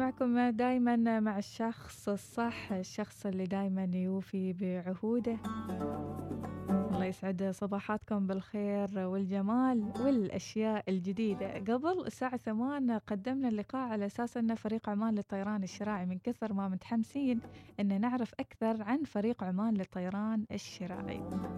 معكم دايما مع الشخص الصح، الشخص اللي دايما يوفي بعهوده. الله يسعد صباحاتكم بالخير والجمال والأشياء الجديدة. قبل الساعة 8 قدمنا اللقاء على أساس أن فريق عمان للطيران الشراعي من كثر ما متحمسين أن نعرف أكثر عن فريق عمان للطيران الشراعي،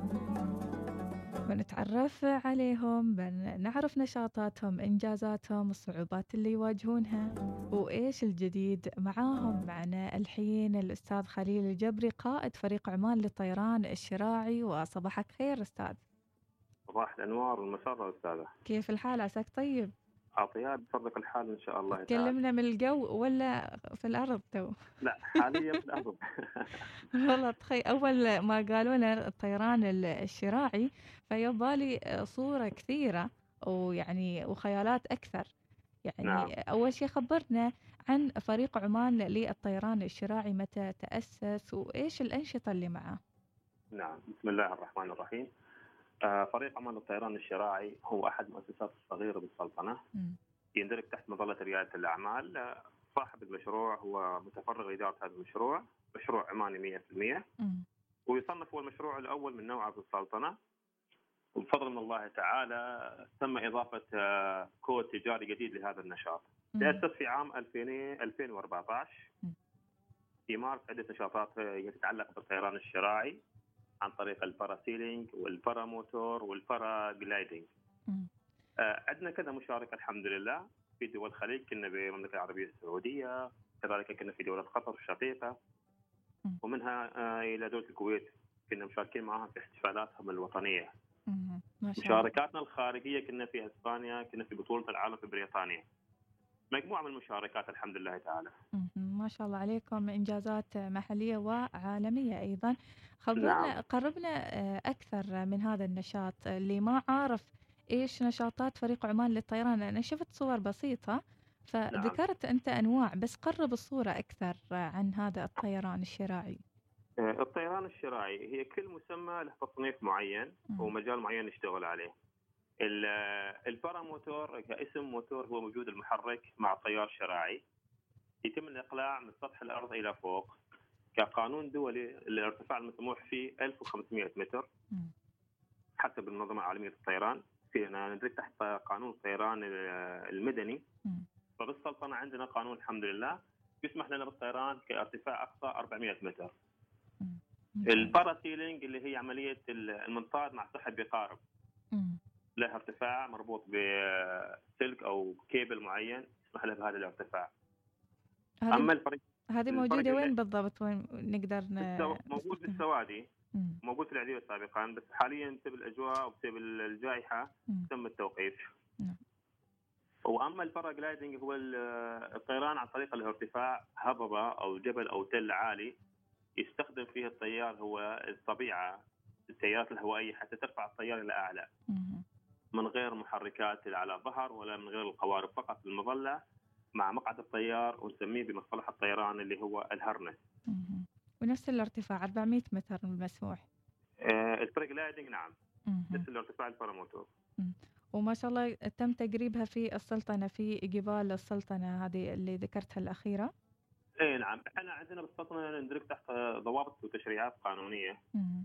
بنتعرف عليهم، بنعرف نشاطاتهم، إنجازاتهم، الصعوبات اللي يواجهونها، وإيش الجديد معاهم. معنا الحين الأستاذ خليل الجبري قائد فريق عمان للطيران الشراعي. وصباحك خير أستاذ. صباح الأنوار والمسرة أستاذة. كيف الحال؟ عساك طيب؟ عطيات بفضلك الحال إن شاء الله تعالى. تكلمنا من الجو ولا في الأرض تو؟ لا حاليا في الأرض. والله أول ما قالوا لنا الطيران الشراعي فيبالي صورة كثيرة ويعني وخيالات أكثر. يعني نعم. أول شيء خبرنا عن فريق عمان للطيران الشراعي، متى تأسس وإيش الأنشطة اللي معه؟ نعم، بسم الله الرحمن الرحيم. فريق عمان للطيران الشراعي هو أحد المؤسسات الصغيرة بالسلطنة. يندرج تحت مظلة ريادة الأعمال. صاحب المشروع هو متفرغ لإدارة هذا المشروع، مشروع عماني 100%. ويصنف هو المشروع الأول من نوعه في السلطنة، وبفضل من الله تعالى تم إضافة كود تجاري جديد لهذا النشاط. تأسس في عام 2014. يمارس عدة نشاطات تتعلق بالطيران الشراعي عن طريق الباراسيلينج والباراموتور والبارا جلايدنج. عندنا كذا مشاركة الحمد لله في دول الخليج، كنا بالمملكة العربية السعودية، كذلك كنا في دولة قطر الشقيقة، ومنها إلى دولة الكويت كنا مشاركين معهم في احتفالاتهم الوطنية. مشاركاتنا الخارجية كنا في اسبانيا، كنا في بطولة العالم في بريطانيا. مجموعة من المشاركات الحمد لله تعالى. ما شاء الله عليكم، إنجازات محلية وعالمية أيضا. خبرنا نعم. قربنا أكثر من هذا النشاط اللي ما عارف إيش نشاطات فريق عمان للطيران. أنا شفت صور بسيطة فذكرت أنت أنواع، بس قرب الصورة أكثر عن هذا الطيران الشراعي. الطيران الشراعي هي كل مسمى له تصنيف معين ومجال معين نشتغل عليه. الباراموتور كاسم موتور هو وجود المحرك مع طيار شراعي يتم الإقلاع من سطح الأرض إلى فوق. كقانون دولي الارتفاع المسموح فيه 1500 متر حسب المنظمة العالمية للطيران، فينا ندرج تحت قانون الطيران المدني. فبالسلطنة عندنا قانون الحمد لله يسمح لنا بالطيران كارتفاع أقصى 400 متر. الباراسيلينج اللي هي عملية المنطاد مع سحب بقارب، له ارتفاع مربوط بسلك أو كيبل معين يسمح له بهذا الارتفاع. أما الفريق هذه موجودة وين بالضبط؟ وين نقدر موجود في السوادي، موجود في العديوة سابقا، بس حاليا بسبب الأجواء وبسبب الجائحة تم التوقيف. وأما الباراجلايدنج هو الطيران عن طريق الارتفاع، هضبة أو جبل أو تل عالي يستخدم فيه الطيار هو الطبيعة، التيارات الهوائية حتى ترفع الطيار إلى أعلى من غير محركات على ظهر ولا من غير القوارب، فقط المظلة مع مقعد الطيار، ونسميه بمصطلح الطيران اللي هو الهرنس. ونفس الارتفاع 400 متر المسموح. الباراجلايدنج نعم نفس الارتفاع الباراموتور. وما شاء الله تم تجريبها في السلطنة، في جبال السلطنة هذه اللي ذكرتها الأخيرة. اي نعم، احنا عندنا بالسلطنة ندرج تحت ضوابط وتشريعات قانونية.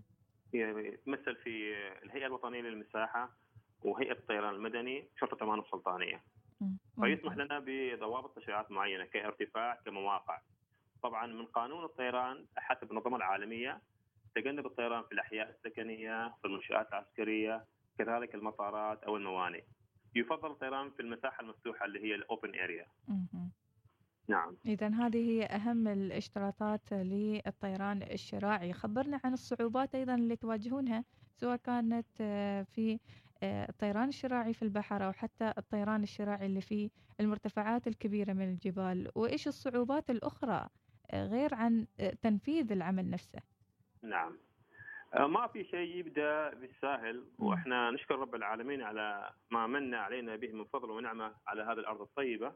يتمثل في الهيئة الوطنية للمساحة وهيئة الطيران المدني شرطة عمان السلطانية. فيسمح لنا بضوابط تشريعات معينة كارتفاع كمواقع. طبعا من قانون الطيران حسب المنظمة العالمية تجنب الطيران في الأحياء السكنية، في المنشآت العسكرية، كذلك المطارات أو الموانئ. يفضل الطيران في المساحة المفتوحة اللي هي الأوبن أريا. نعم. إذا هذه هي أهم الاشتراطات للطيران الشراعي. خبرنا عن الصعوبات أيضا اللي تواجهونها، سواء كانت في الطيران الشراعي في البحر أو حتى الطيران الشراعي اللي في المرتفعات الكبيرة من الجبال، وإيش الصعوبات الأخرى غير عن تنفيذ العمل نفسه. نعم، ما في شيء يبدأ بالساهل، وإحنا نشكر رب العالمين على ما من علينا به من فضل ونعمة على هذه الأرض الطيبة.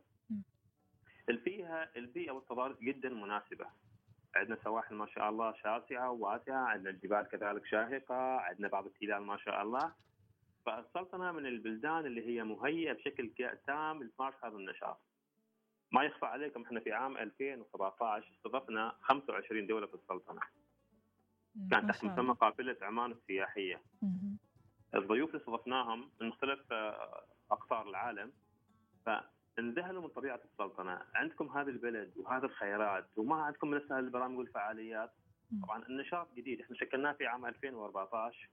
فيها البيئة والتضاريس جدا مناسبة. عندنا سواحل ما شاء الله شاسعة وواسعة، عندنا الجبال كذلك شاهقة، عندنا بعض التلال ما شاء الله. فالسلطنة من البلدان اللي هي مهيئة بشكل تام لممارسة هذا النشاط. ما يخفى عليكم احنا في عام 2017 استضفنا 25 دوله في السلطنه، كان ما تحت شاء مسمى الله. قافله عمان السياحيه. مهم. الضيوف اللي استضفناهم من مختلف اقطار العالم، فانذهلوا من طبيعه السلطنه. عندكم هذا البلد وهذا الخيرات وما عندكم لسه البرامج والفعاليات. طبعا النشاط جديد احنا شكلناه في عام 2014.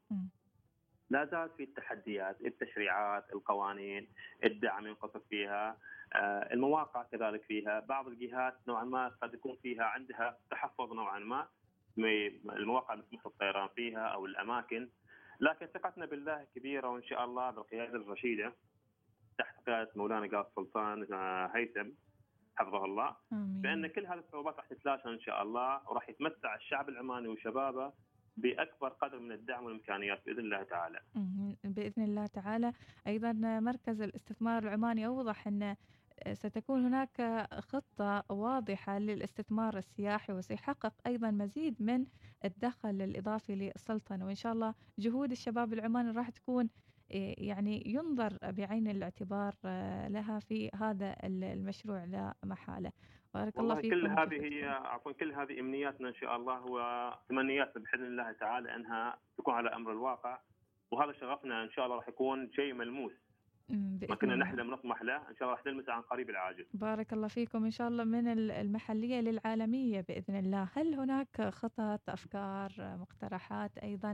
لا زال في التحديات، التشريعات، القوانين، الدعم ينقصد فيها، المواقع كذلك فيها بعض الجهات نوعا ما قد يكون فيها عندها تحفظ نوعا ما المواقع المسموح للطيران فيها او الاماكن. لكن ثقتنا بالله كبيره، وان شاء الله بالقياده الرشيده تحت قياده مولانا قائد السلطان هيثم حفظه الله، بان كل هذه الصعوبات راح تتلاشى ان شاء الله، وراح يتمتع الشعب العماني وشبابه باكبر قدر من الدعم والامكانيات باذن الله تعالى. باذن الله تعالى. ايضا مركز الاستثمار العماني اوضح ان ستكون هناك خطة واضحة للاستثمار السياحي، وسيحقق أيضا مزيد من الدخل الإضافي للسلطنة، وإن شاء الله جهود الشباب العماني راح تكون يعني ينظر بعين الاعتبار لها في هذا المشروع لا محالة. بارك الله والله كل فيكم هذه عفوا كل هذه امنياتنا ان شاء الله، وتمنياتنا باذن الله تعالى انها تكون على امر الواقع، وهذا شغفنا ان شاء الله راح يكون شيء ملموس ما كنا نحلم نطمح له، ان شاء الله راح نلمسه عن قريب العاجل. بارك الله فيكم إن شاء الله من المحلية للعالمية بإذن الله. هل هناك خطط، أفكار، مقترحات أيضا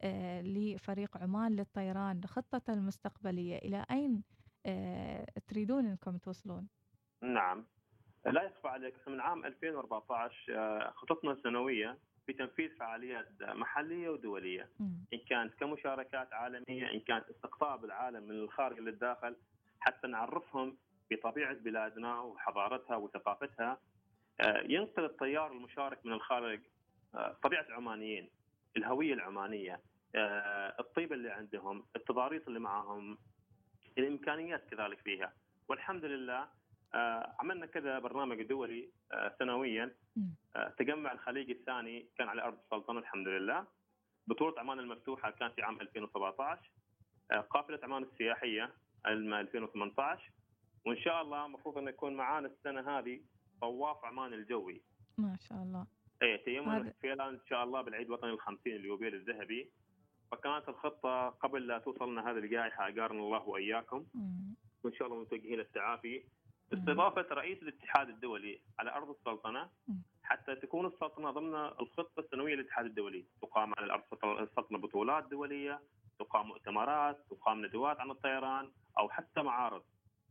لفريق عمان للطيران، خطة المستقبلية إلى أين تريدون أنكم توصلون؟ نعم، لا يخفى عليك من عام 2014 خططنا سنوية في تنفيذ فعاليات محلية ودولية، إن كانت كمشاركات عالمية، إن كانت استقطاب العالم من الخارج للداخل، حتى نعرفهم بطبيعة بلادنا وحضارتها وثقافتها. ينقل الطيار المشارك من الخارج طبيعة العمانيين، الهوية العمانية، الطيبة اللي عندهم، التضاريس اللي معهم، الإمكانيات كذلك فيها. والحمد لله عملنا كذا برنامج دولي سنويا. تجمع الخليج الثاني كان على أرض السلطنة الحمد لله. بطولة عمان المفتوحة كانت في عام 2017. قافلة عمان السياحية 2018. وإن شاء الله المفروض أن يكون معانا السنة هذه طواف عمان الجوي. ما شاء الله. تيمم الاحتفال إن شاء الله بالعيد الوطني ال50 اليوبيل الذهبي. فكانت الخطة قبل لا توصلنا هذه الجائحة أجارنا الله وإياكم، وإن شاء الله متوجهين للتعافي، استضافة رئيس الاتحاد الدولي على أرض السلطنة حتى تكون السلطنة ضمن الخطة السنوية للاتحاد الدولي. تقام على أرض السلطنة بطولات دولية، تقام مؤتمرات، تقام ندوات عن الطيران أو حتى معارض.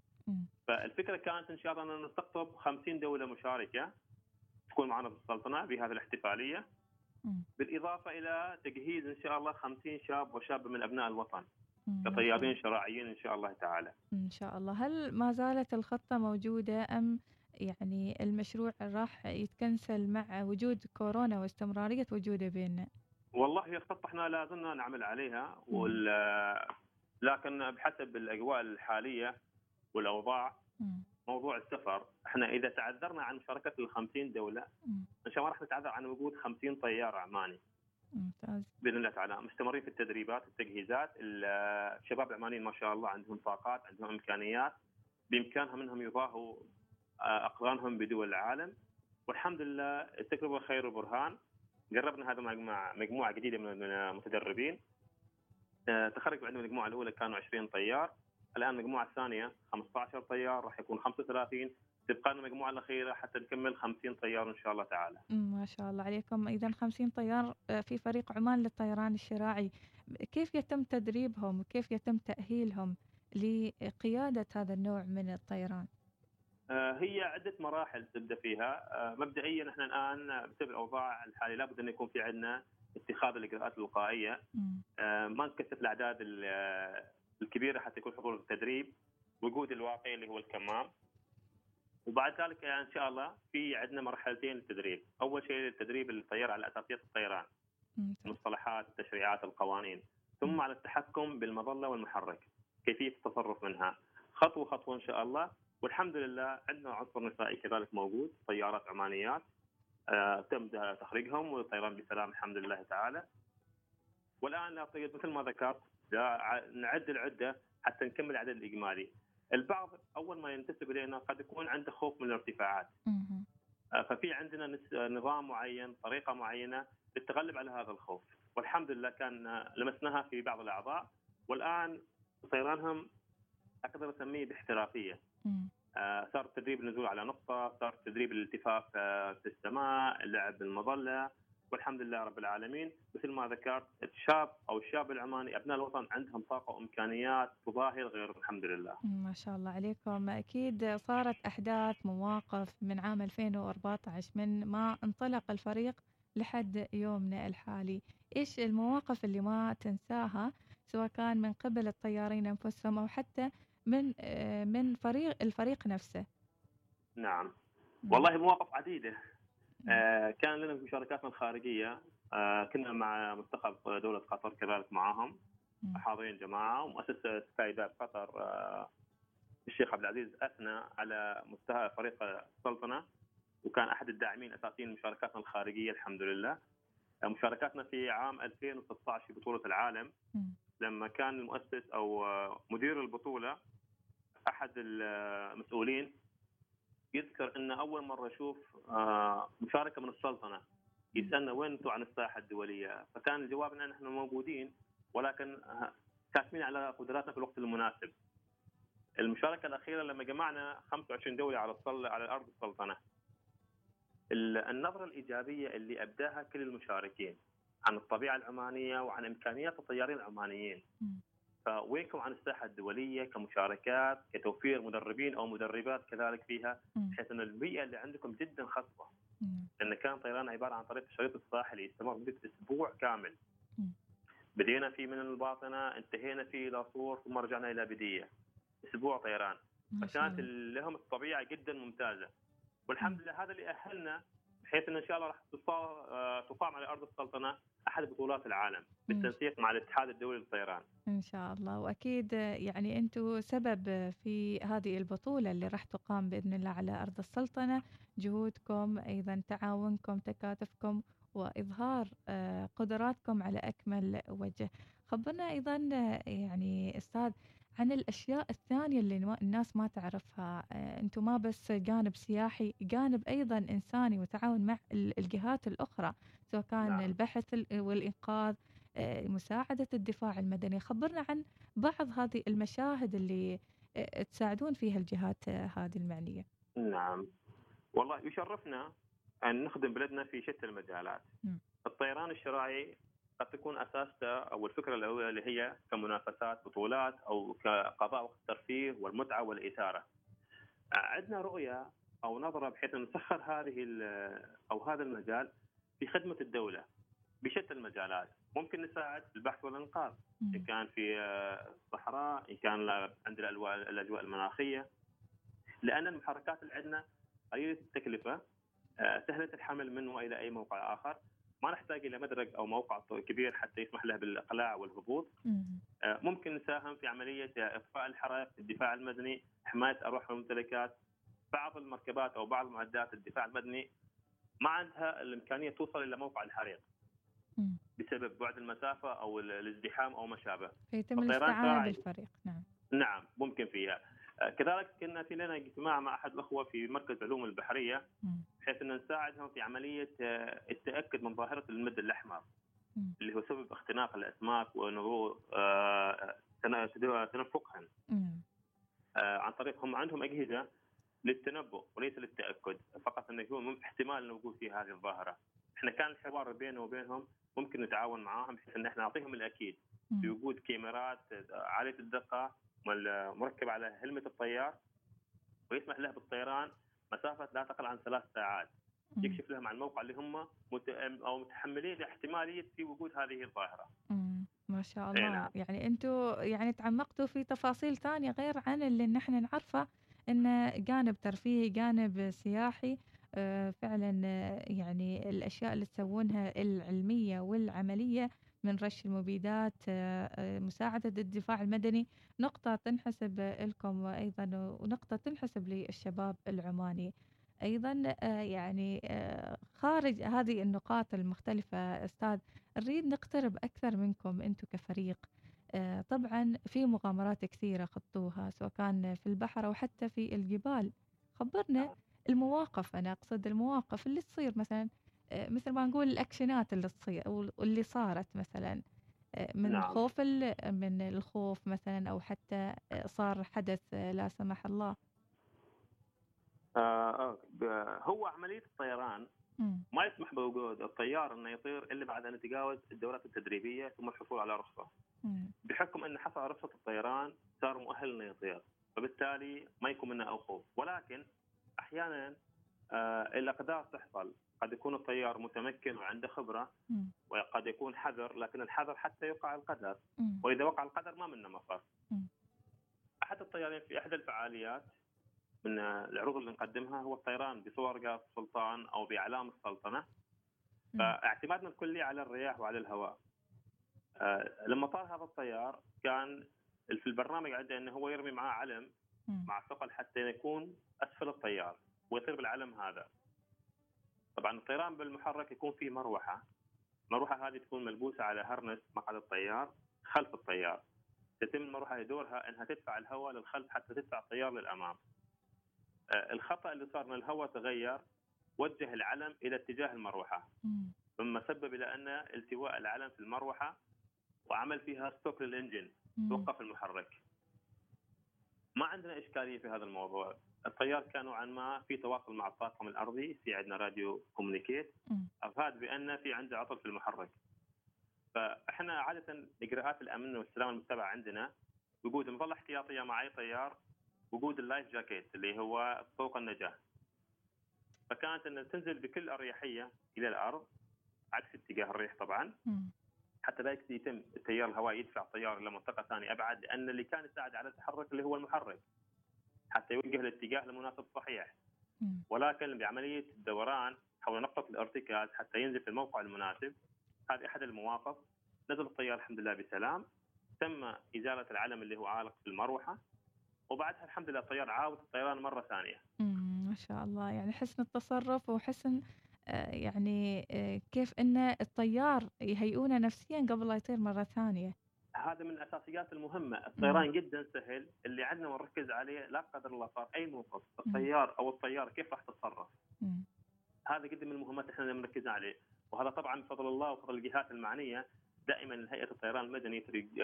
فالفكرة كانت إن شاء الله أن نستقطب 50 دولة مشاركة تكون معنا في السلطنة بهذه الاحتفالية، بالإضافة إلى تجهيز إن شاء الله 50 شاب وشابة من أبناء الوطن كطيارين شراعيين إن شاء الله تعالى. إن شاء الله. هل ما زالت الخطة موجودة أم يعني المشروع راح يتكنسل مع وجود كورونا واستمرارية وجوده بيننا؟ والله هي الخطة احنا لا زلنا نعمل عليها، لكن بحسب الأجواء الحالية والأوضاع موضوع السفر، احنا إذا تعذرنا عن مشاركة ال50 دولة إن شاء الله راح نتعذر عن وجود 50 طيار عماني. ممتاز. باذن الله تعالى مستمرين في التدريبات والتجهيزات. الشباب العمانيين ما شاء الله عندهم طاقات، عندهم امكانيات، بامكانها منهم يضاهوا اقرانهم بدول العالم. والحمد لله التجربه خير وبرهان. جربنا هذا مع مجموعه جديده من المتدربين. تخرجوا عندنا المجموعه الاولى كانوا 20 طيار، الان المجموعه الثانيه 15 طيار، راح يكون 35، تبقى لنا المجموعه الاخيره حتى نكمل 50 طيار ان شاء الله تعالى. ما شاء الله عليكم. اذا 50 طيار في فريق عمان للطيران الشراعي، كيف يتم تدريبهم وكيف يتم تأهيلهم لقيادة هذا النوع من الطيران؟ هي عدة مراحل تبدأ فيها. مبدئيا احنا الآن بسبب الأوضاع الحالية لابد أن يكون في عندنا اتخاذ الإجراءات الوقائية. ما نكثف الأعداد الكبيرة حتى يكون حضور التدريب، وجود الواقي اللي هو الكمام. وبعد ذلك ان شاء الله في عندنا مرحلتين للتدريب. اول شيء التدريب الطيار على اساسيات الطيران، المصطلحات، التشريعات، القوانين، ثم على التحكم بالمظله والمحرك، كيفيه التصرف منها خطوه خطوه ان شاء الله. والحمد لله عندنا عنصر نسائي كذلك موجود، طيارات عمانيات تم تخريجهم والطيران بسلام الحمد لله تعالى. والان مثل ما ذكرت نعد العده حتى نكمل العدد الاجمالي. البعض اول ما ينتسب الينا قد يكون عنده خوف من الارتفاعات. ففي عندنا نظام معين، طريقه معينه للتغلب على هذا الخوف، والحمد لله كان لمسناها في بعض الاعضاء، والان طيرانهم اقدر اسميه باحترافيه. صار التدريب النزول على نقطه، صار تدريب الالتفاف في السماء، اللعب بالمظله، والحمد لله رب العالمين. مثل ما ذكرت، الشاب العماني ابناء الوطن عندهم طاقه وامكانيات تظاهر غير، الحمد لله. ما شاء الله عليكم. اكيد صارت احداث مواقف من عام 2014 من ما انطلق الفريق لحد يومنا الحالي. ايش المواقف اللي ما تنساها، سواء كان من قبل الطيارين انفسهم او حتى من الفريق نفسه؟ نعم، والله مواقف عديده. كان لنا مشاركاتنا الخارجيه، كنا مع منتخب دوله قطر كذلك معاهم حاضرين جماعه، ومؤسسه سكاي دايف قطر الشيخ عبد العزيز اثنى على مستوى فريق السلطنه، وكان احد الداعمين الاساسيين لمشاركاتنا الخارجيه الحمد لله. مشاركاتنا في عام 2016 في بطوله العالم، لما كان المؤسس او مدير البطوله احد المسؤولين يذكر ان اول مره اشوف مشاركه من السلطنه، يسالنا وين انتم عن الساحه الدوليه؟ فكان الجواب ان نحن موجودين ولكن كاتمين على قدراتنا في الوقت المناسب. المشاركه الاخيره لما جمعنا 25 دوله على ارض السلطنه، النظره الايجابيه اللي ابداها كل المشاركين عن الطبيعه العمانيه وعن امكانيات الطيارين العمانيين. فوينكم عن الساحه الدوليه كمشاركات، كتوفير مدربين او مدربات كذلك فيها، بحيث ان البيئه اللي عندكم جدا خصبه. لان كان طيران عباره عن طريق الشريط الساحلي استمر مده اسبوع كامل. بدينا فيه من الباطنه، انتهينا فيه الى صور، ثم رجعنا الى بديه. اسبوع طيران، فكانت لهم الطبيعه جدا ممتازه، والحمد لله هذا اللي اهلنا بحيث ان شاء الله راح تقام على ارض السلطنه احد بطولات العالم بالتنسيق مع الاتحاد الدولي للطيران ان شاء الله. واكيد يعني انتم سبب في هذه البطوله اللي راح تقام باذن الله على ارض السلطنه، جهودكم، ايضا تعاونكم، تكاتفكم، واظهار قدراتكم على اكمل وجه. خبرنا ايضا يعني استاذ عن الاشياء الثانيه اللي الناس ما تعرفها. انتم ما بس جانب سياحي، جانب ايضا انساني وتعاون مع الجهات الاخرى، سواء كان نعم. البحث والانقاذ، مساعدة الدفاع المدني. خبرنا عن بعض هذه المشاهد اللي تساعدون فيها الجهات هذه المعنية. نعم، والله يشرفنا أن نخدم بلدنا في شتى المجالات. الطيران الشراعي قد تكون أساسته أو الفكرة الأولى اللي هي كمنافسات بطولات أو كقضاء وقت الترفيه والمتعة والإثارة. عندنا رؤية أو نظرة بحيث أن نسخر هذا المجال في خدمة الدولة بشتى المجالات. ممكن نساعد في البحث والإنقاذ، إن كان في الصحراء، إن كان عندنا الأجواء المناخية، لأن المحركات اللي عندنا قليلة التكلفة، سهلة الحمل من وإلى أي موقع آخر، ما نحتاج إلى مدرج أو موقع كبير حتى يسمح له بالإقلاع والهبوط. ممكن نساهم في عملية إطفاء الحرائق، الدفاع المدني، حماية أرواح والممتلكات. بعض المركبات أو بعض معدات الدفاع المدني ما عندها الإمكانية توصل إلى موقع الحريق بسبب بعد المسافة أو الازدحام أو ما شابه، فيتم الاستعانة بالفريق. نعم ممكن فيها. كذلك كنا في لنا اجتماع مع أحد الأخوة في مركز علوم البحرية، بحيث أن نساعدهم في عملية التأكد من ظاهرة المد الأحمر اللي هو سبب اختناق الأسماك ونمو تنفقهن عن طريق هم عندهم أجهزة للتنبؤ وليس للتأكد فقط، أنه يكون احتمال الوجود في هذه الظاهرة. احنا كان الحوار بيننا وبينهم ممكن نتعاون معاهم بحيث ان احنا نعطيهم الاكيد بوجود كاميرات عاليه الدقه مركبه على هلمه الطيار، ويسمح له بالطيران مسافه لا تقل عن 3 ساعات، يكشف لهم عن الموقع اللي هم متحملين لاحتماليه في وجود هذه الظاهره. ما شاء الله. نعم. يعني انتم يعني تعمقتوا في تفاصيل ثانيه غير عن اللي نحن نعرفه، انه جانب ترفيهي، جانب سياحي. فعلا يعني الاشياء اللي تسوونها العلميه والعمليه، من رش المبيدات، مساعده الدفاع المدني، نقطه تنحسب لكم ايضا، ونقطه تنحسب للشباب العماني ايضا. يعني خارج هذه النقاط المختلفه استاذ، نريد نقترب اكثر منكم انتم كفريق. طبعا في مغامرات كثيرة خضتوها سواء كان في البحر أو حتى في الجبال. خبرنا المواقف، أنا أقصد المواقف اللي تصير مثلا، مثل ما نقول الأكشنات اللي تصير أو اللي صارت مثلا، من نعم. خوف من الخوف مثلا، أو حتى صار حدث لا سمح الله. هو عملية الطيران ما يسمح بوجود الطيار انه يطير الا بعد ان يتجاوز الدورات التدريبيه ثم الحصول على رخصه. بحكم انه حصل على رخصه الطيران صار مؤهل انه يطير، فبالتالي ما يكون منه او خوف. ولكن احيانا الاقدار تحصل، قد يكون الطيار متمكن وعنده خبره، وقد يكون حذر، لكن الحذر حتى يوقع القدر، واذا وقع القدر ما منه مفر. احد الطيارين في احدى الفعاليات من العروض اللي نقدمها هو الطيران بصور قاص السلطان او باعلام السلطنه، فاعتمادنا الكلي على الرياح وعلى الهواء. لما طار هذا الطيار كان في البرنامج عنده انه هو يرمي معاه علم مع ثقل حتى يكون اسفل الطيار ويطير بالعلم هذا. طبعا الطيران بالمحرك يكون فيه مروحه هذه تكون ملبوسه على هرنس مقعد الطيار خلف الطيار، تتم المروحه دورها انها تدفع الهواء للخلف حتى تدفع الطيار للامام. الخطا اللي صار ان الهواء تغير، وجه العلم الى اتجاه المروحه، مما سبب الى ان التواء العلم في المروحه وعمل فيها ستوب للانجن، توقف المحرك. ما عندنا اشكاليه في هذا الموضوع، الطيار كان نوعا ما في تواصل مع الطاقم الارضي، في عندنا راديو كوميونيكيت افاد بان في عنده عطل في المحرك. فاحنا عاده اجراءات الامن والسلامه المتبعه عندنا وجود مظله احتياطيه مع اي طيار، وجود اللايف جاكيت اللي هو طوق النجاه. فكانت ان تنزل بكل اريحيه الى الارض عكس اتجاه الريح طبعا، حتى لا يتم التيار الهوائي يدفع الطيار الى منطقه ثانيه ابعد، لان اللي كان يساعد على التحرك اللي هو المحرك حتى يوجه الاتجاه المناسب صحيح. ولكن بعمليه الدوران حول نقطه الارتكاز حتى ينزل في الموقع المناسب، هذه احد المواقف. نزل الطيار الحمد لله بسلام، تم ازاله العلم اللي هو عالق في المروحه، وبعدها الحمد لله الطيار عاود الطيران مره ثانيه. ما شاء الله، يعني حسن التصرف وحسن يعني كيف ان الطيار يهيئونه نفسيا قبل لا يطير مره ثانيه. هذا من الاساسيات المهمه، الطيران جدا سهل، اللي عندنا ونركز عليه لا قدر الله صار اي موقف، الطيار او الطياره كيف راح تتصرف. هذا قد من المهمات احنا نركز عليه، وهذا طبعا بفضل الله وفضل الجهات المعنيه. دائما هيئه الطيران المدني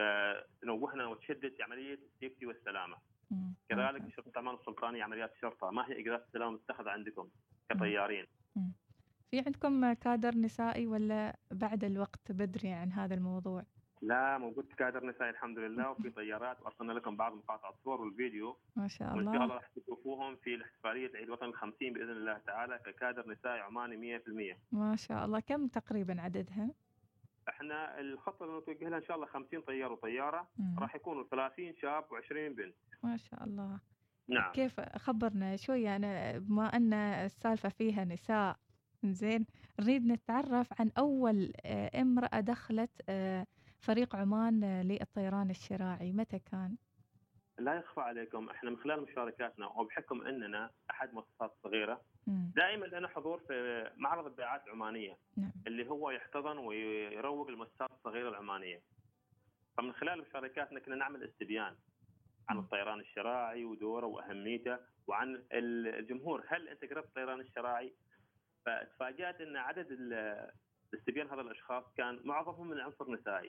تنوهنا وتشدد في عمليه السيفتي والسلامه. كذلك شرطه الامان السلطانيه عمليات الشرطه، ما هي اجراءات السلامه المتخذه عندكم كطيارين؟ في عندكم كادر نسائي ولا بعد الوقت بدري عن هذا الموضوع؟ لا، موجود كادر نسائي الحمد لله، وفي طيارات، وارسلنا لكم بعض مقاطع الصور والفيديو ما شاء الله، وان شاء الله راح تشوفوهم في الاحتفاليه عيد الوطن ال50 باذن الله تعالى ككادر نسائي عماني 100%. ما شاء الله. كم تقريبا عددها؟ احنا الخطه اللي نتوجه لها ان شاء الله 50 طيار وطياره، راح يكونوا 30 شاب و20 بنت. ما شاء الله. نعم. كيف خبرنا شويه، انا بما ان السالفه فيها نساء، زين نريد نتعرف عن اول امراه دخلت فريق عمان للطيران الشراعي، متى كان؟ لا يخفى عليكم، احنا من خلال مشاركاتنا وبحكم اننا احد مؤسسات صغيره دائما لنا حضور في معرض البيعات العمانيه، اللي هو يحتضن ويروج المؤسسات الصغيره العمانيه. فمن خلال مشاركاتنا كنا نعمل استبيان عن الطيران الشراعي ودوره واهميته، وعن الجمهور هل انت جربت الطيران الشراعي؟ فتفاجات ان عدد الاستبيان هذا الاشخاص كان معظمهم من عنصر نسائي.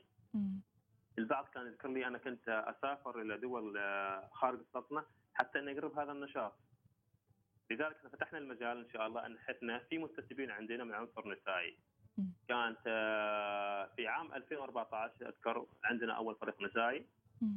البعض كان يذكر لي انا كنت اسافر الى دول خارج السلطنه حتى ان اجرب هذا النشاط. لذلك فتحنا المجال ان شاء الله ان حثنا في منتسبين عندنا من عنصر نسائي. كانت في عام 2014 اذكر عندنا اول فريق نسائي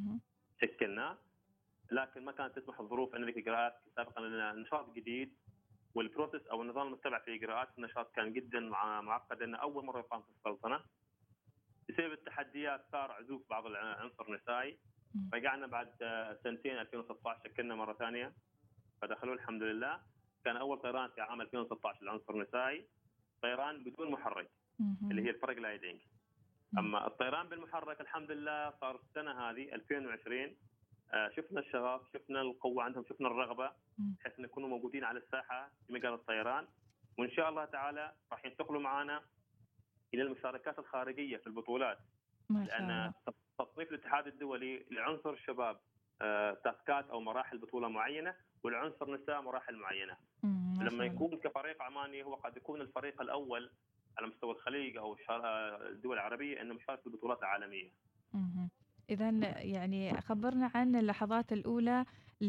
شكلناه، لكن ما كانت تسمح الظروف ان ذيك الاجراءات سابقا لنا نشاط جديد، والبروسيس او النظام المتبع في اجراءات النشاط كان جدا معقد، لانه اول مره يقام في السلطنه. بسبب التحديات صار عزوف بعض العنصر النسائي، رجعنا بعد سنتين 2016 شكلنا مره ثانيه فدخلوا الحمد لله. كان اول طيران في عام 2016 العنصر النسائي طيران بدون محرك اللي هي الباراجلايدنج. اما الطيران بالمحرك الحمد لله صار السنه هذه 2020 شفنا الشغف، شفنا القوه عندهم، شفنا الرغبه بحيث نكونوا موجودين على الساحه في مجال الطيران، وان شاء الله تعالى راح ينتقلوا معنا الى المشاركات الخارجيه في البطولات. ما شاء الله. لان تصنيف الاتحاد الدولي لعنصر الشباب تاسكات او مراحل بطوله معينه، والعنصر نساء مراحل معينه. لما يكون كفريق عماني هو قد يكون الفريق الاول على مستوى الخليج او الدول العربيه انه مشارك في البطولات العالميه. اذا يعني خبرنا عن اللحظات الاولى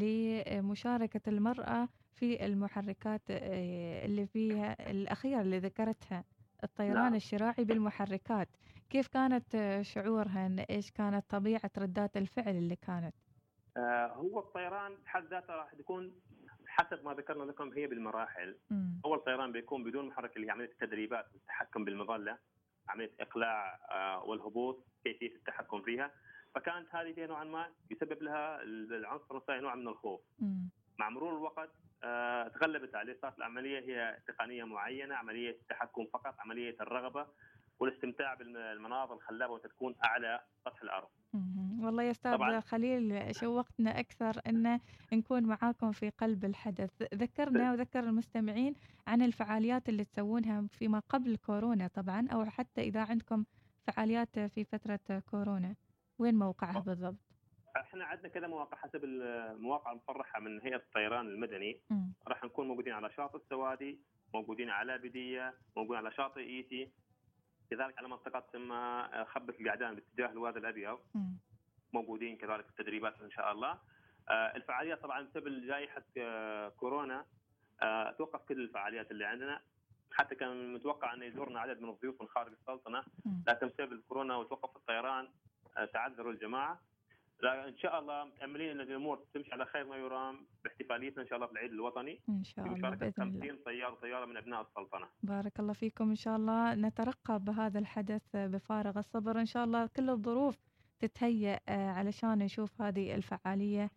لمشاركه المراه في المحركات اللي فيها الاخيره اللي ذكرتها، الطيران الشراعي بالمحركات. كيف كانت شعورها؟ ايش كانت طبيعه ردات الفعل اللي كانت؟ هو الطيران بحد ذاته راح يكون حسب ما ذكرنا لكم هي بالمراحل. اول طيران بيكون بدون محرك اللي هي عمليه التدريبات والتحكم بالمظله، عمليه اقلاع والهبوط، كيفيه التحكم فيها. فكانت هذه فيها نوعا ما يسبب لها العنصر النسائي نوع من الخوف. مع مرور الوقت تغلبت عليه، صارت العمليه هي تقنيه معينه، عمليه التحكم فقط، عمليه الرغبه والاستمتاع بالمناظر الخلابه وتكون اعلى سطح الارض. والله يا استاذ خليل شوقتنا اكثر ان نكون معاكم في قلب الحدث. ذكرنا وذكر المستمعين عن الفعاليات اللي تسوونها فيما قبل كورونا طبعا، او حتى اذا عندكم فعاليات في فتره كورونا، وين موقعها بالضبط؟ احنا عندنا كذا مواقع حسب المواقع المصرحه من هيئه الطيران المدني. راح نكون موجودين على شاطئ السوادي، موجودين على بديه، موجودين على شاطئ ايتي، كذلك على منطقه تسمى خبة القعدان باتجاه الوادي الابيض. موجودين كذلك في التدريبات ان شاء الله. الفعاليات طبعا بسبب جائحه كورونا توقف كل الفعاليات اللي عندنا، حتى كان متوقع ان يزورنا عدد من الضيوف من خارج السلطنه، لكن بسبب الكورونا وتوقف الطيران تعذروا الجماعه. لا ان شاء الله متاملين ان الامور تمشي على خير ما يرام باحتفاليتنا ان شاء الله في العيد الوطني ان شاء الله باذن 50 طيار وطياره من ابناء السلطنه. بارك الله فيكم، ان شاء الله نترقب هذا الحدث بفارغ الصبر، ان شاء الله كل الظروف تتهيأ علشان نشوف هذه الفعاليه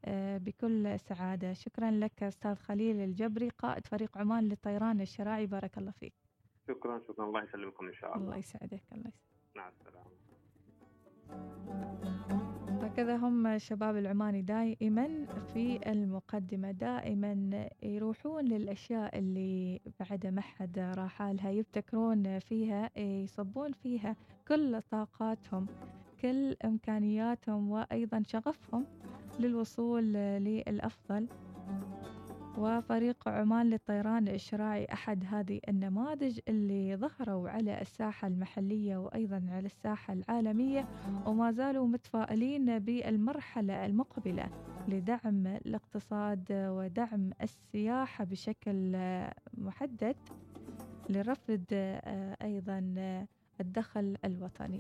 بكل سعاده. شكرا لك استاذ خليل الجبري، قائد فريق عمان للطيران الشراعي، بارك الله فيك. شكرا الله يسلمكم ان شاء الله. الله يسعدك. الله يسعدك. مع السلامه. هكذا هم الشباب العماني دائما في المقدمة، دائما يروحون للأشياء اللي بعد ما حد راحالها، يبتكرون فيها، يصبون فيها كل طاقاتهم، كل إمكانياتهم، وأيضا شغفهم للوصول للأفضل. وفريق عمان للطيران الشراعي أحد هذه النماذج اللي ظهروا على الساحة المحلية وأيضا على الساحة العالمية، وما زالوا متفائلين بالمرحلة المقبلة لدعم الاقتصاد ودعم السياحة بشكل محدد لرفض أيضا الدخل الوطني.